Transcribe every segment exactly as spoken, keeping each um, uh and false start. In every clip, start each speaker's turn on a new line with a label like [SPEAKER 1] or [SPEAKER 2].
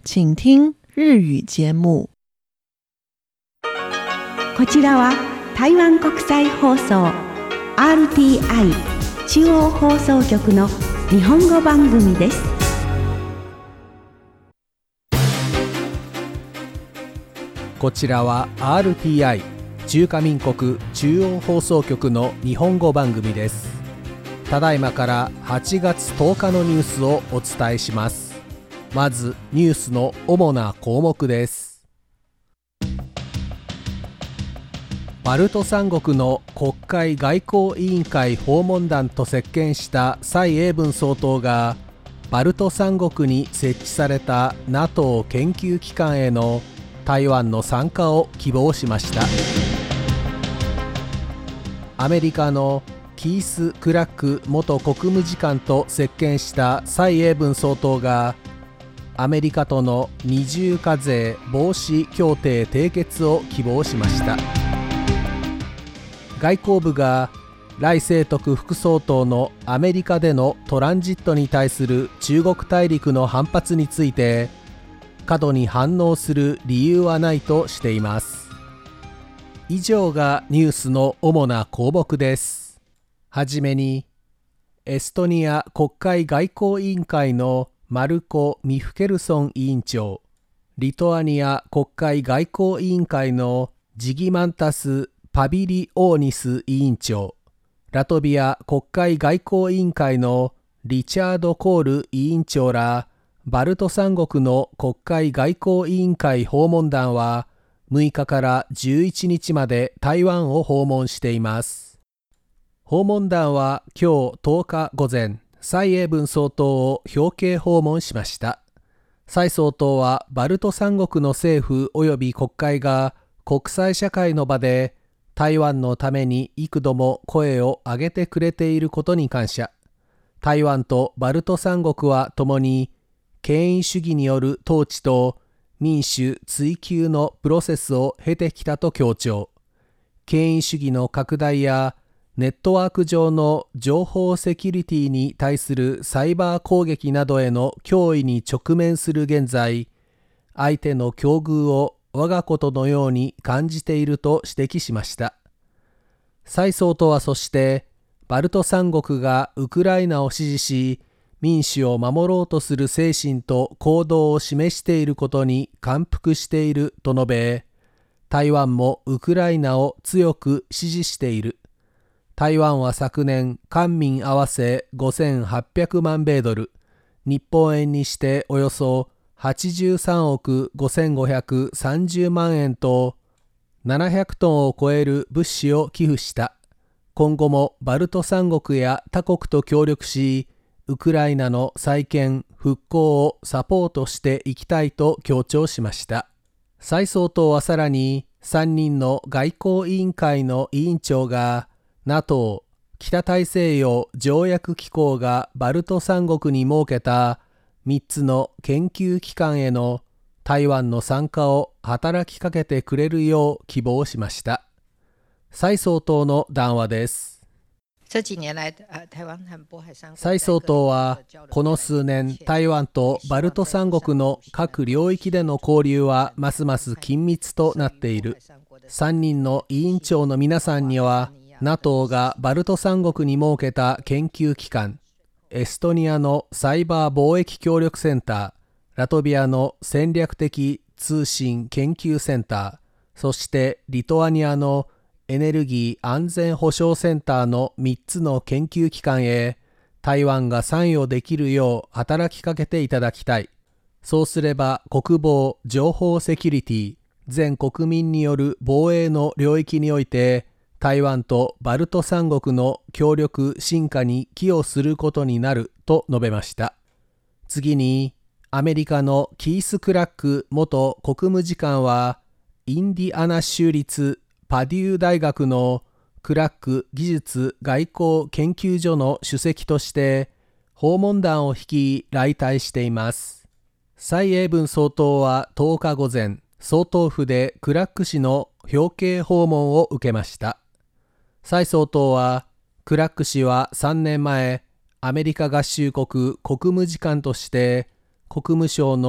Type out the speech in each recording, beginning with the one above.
[SPEAKER 1] 请听日语节目。
[SPEAKER 2] こちらは台湾国際放送 アールティーアイ 中央放送局の日本語番組です。
[SPEAKER 3] こちらは アールティーアイ 中華民国中央放送局の日本語番組です。ただいまからはちがつとおかのニュースをお伝えします。まずニュースの主な項目です。バルト三国の国会外交委員会訪問団と接見した蔡英文総統が、バルト三国に設置された ナトー 研究機関への台湾の参加を希望しました。アメリカのキース・クラック元国務次官と接見した蔡英文総統が、アメリカとの二重課税防止協定締結を希望しました。外交部が頼清徳副総統のアメリカでのトランジットに対する中国大陸の反発について、過度に反応する理由はないとしています。以上がニュースの主な項目です。はじめに、エストニア国会外交委員会のマルコ・ミフケルソン委員長、リトアニア国会外交委員会のジギマンタス・パビリオーニス委員長、ラトビア国会外交委員会のリチャード・コール委員長ら、バルト三国の国会外交委員会訪問団は、むいかからじゅういちにちまで台湾を訪問しています。訪問団は今日とおか午前、蔡英文総統を表敬訪問しました。蔡総統はバルト三国の政府及び国会が国際社会の場で台湾のために幾度も声を上げてくれていることに感謝。台湾とバルト三国はともに権威主義による統治と民主追求のプロセスを経てきたと強調。権威主義の拡大やネットワーク上の情報セキュリティに対するサイバー攻撃などへの脅威に直面する現在、相手の境遇を我がことのように感じていると指摘しました。蔡総統はそして、バルト三国がウクライナを支持し、民主を守ろうとする精神と行動を示していることに感服していると述べ、台湾もウクライナを強く支持している。台湾は昨年、官民合わせごせんはっぴゃくまんべいドル、日本円にしておよそはちじゅうさんおくごせんごひゃくさんじゅうまんえんとななひゃくトンを超える物資を寄付した。今後もバルト三国や他国と協力し、ウクライナの再建・復興をサポートしていきたいと強調しました。蔡総統はさらにさんにんの外交委員会の委員長が ナトー 北大西洋条約機構がバルト三国に設けたみっつの研究機関への台湾の参加を働きかけてくれるよう希望しました。蔡総統の談話です。蔡総統はこの数年、台湾とバルト三国の各領域での交流はますます緊密となっている。さんにんの委員長の皆さんには、ナトー がバルト三国に設けた研究機関、エストニアのサイバー貿易協力センター、ラトビアの戦略的通信研究センター、そしてリトアニアのエネルギー安全保障センターのみっつの研究機関へ台湾が参与できるよう働きかけていただきたい。そうすれば国防・情報セキュリティ、全国民による防衛の領域において台湾とバルト三国の協力深化に寄与することになると述べました。次に、アメリカのキース・クラック元国務次官は、インディアナ州立パデュー大学のクラック技術外交研究所の主席として訪問団を率い来台しています。蔡英文総統はとおか午前、総統府でクラック氏の表敬訪問を受けました。蔡総統は、クラック氏はさんねんまえ、アメリカ合衆国国務次官として国務省の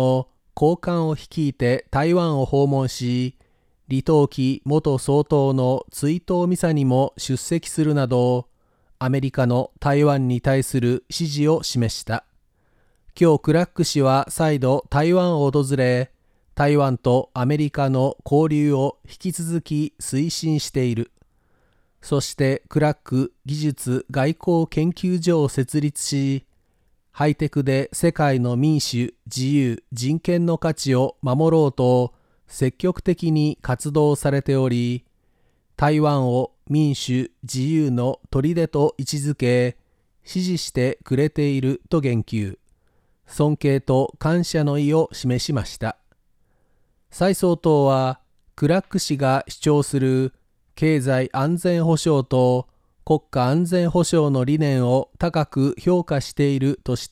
[SPEAKER 3] 高官を率いて台湾を訪問し、李登輝元総統の追悼ミサにも出席するなど、アメリカの台湾に対する支持を示した。今日クラック氏は再度台湾を訪れ、台湾とアメリカの交流を引き続き推進している。そしてクラック技術外交研究所を設立し、ハイテクで世界の民主、自由、人権の価値を守ろうと積極的に活動されており、台湾を民主・自由の砦と位置づけ、支持してくれていると言及、尊敬と感謝の意を示しました。蔡総統は、クラック氏が主張する経済安全保障と国家安全保障の理念を高く評価しているとして、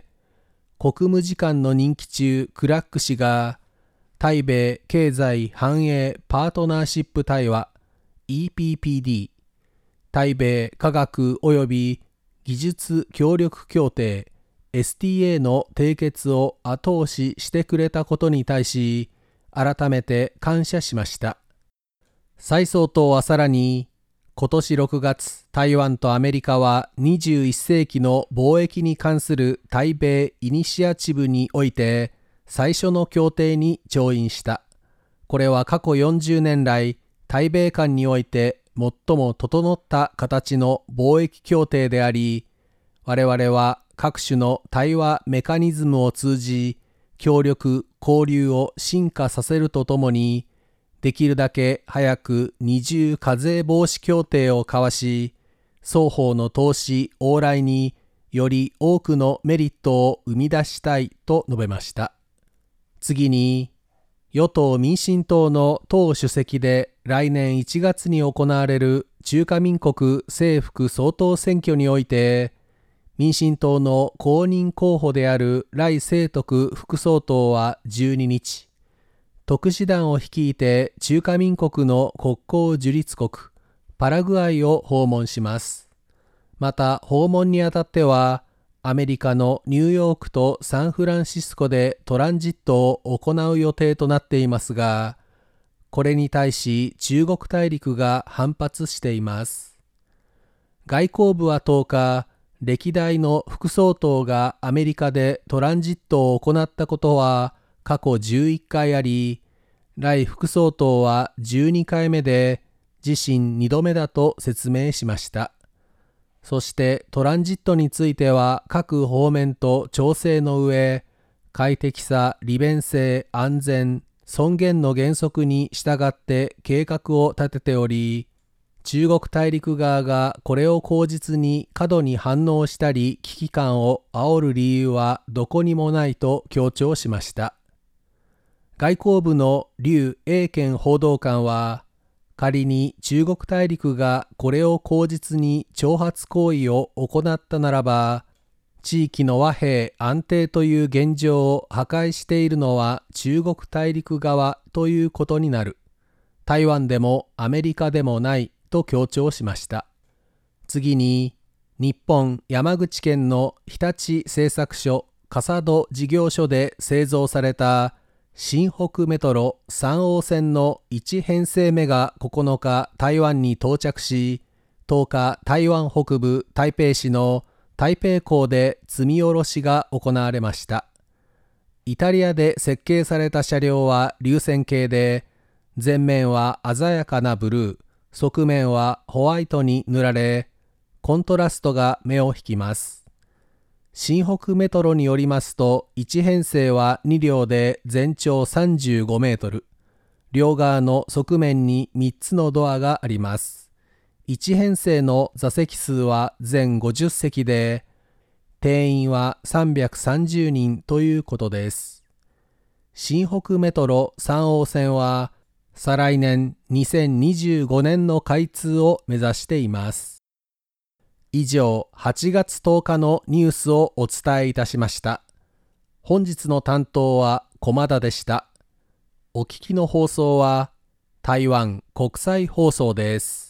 [SPEAKER 3] 国務次官の任期中、クラック氏が、対米経済繁栄パートナーシップ対話 イーピーピーディー、対米科学及び技術協力協定 エスティーエー の締結を後押ししてくれたことに対し、改めて感謝しました。蔡総統はさらに、今年ろくがつ、台湾とアメリカはにじゅういっせいきの貿易に関する対米イニシアチブにおいて、最初の協定に調印した。これは過去よんじゅうねん来、対米間において最も整った形の貿易協定であり、我々は各種の対話メカニズムを通じ、協力・交流を進化させるとともに、できるだけ早く二重課税防止協定を交わし、双方の投資往来により多くのメリットを生み出したいと述べました。次に、与党民進党の党主席で来年いちがつに行われる中華民国正副総統選挙において、民進党の公認候補である頼清徳副総統はじゅうににち、特使団を率いて中華民国の国交樹立国、パラグアイを訪問します。また訪問にあたっては、アメリカのニューヨークとサンフランシスコでトランジットを行う予定となっていますが、これに対し中国大陸が反発しています。外交部はとおか、歴代の副総統がアメリカでトランジットを行ったことは過去じゅういっかいあり、頼副総統はじゅうにかいめで自身にどめだと説明しました。そしてトランジットについては各方面と調整の上、快適さ、利便性、安全、尊厳の原則に従って計画を立てており、中国大陸側がこれを口実に過度に反応したり危機感を煽る理由はどこにもないと強調しました。外交部の劉英健報道官は、仮に中国大陸がこれを口実に挑発行為を行ったならば、地域の和平安定という現状を破壊しているのは中国大陸側ということになる。台湾でもアメリカでもないと強調しました。次に、日本山口県の日立製作所笠戸事業所で製造された新北メトロさん号線のいち編成目がここのか台湾に到着し、とおか台湾北部台北市の台北港で積み下ろしが行われました。イタリアで設計された車両は流線形で、前面は鮮やかなブルー、側面はホワイトに塗られ、コントラストが目を引きます。新北メトロによりますと、いち編成はに両で全長さんじゅうごメートル、両側の側面にみっつのドアがあります。いち編成の座席数は全ごじゅっせきで、定員はさんびゃくさんじゅうにんということです。新北メトロさん号線は、再来年にせんにじゅうごねんの開通を目指しています。以上、はちがつとおかのニュースをお伝えいたしました。本日の担当は駒田でした。お聞きの放送は台湾国際放送です。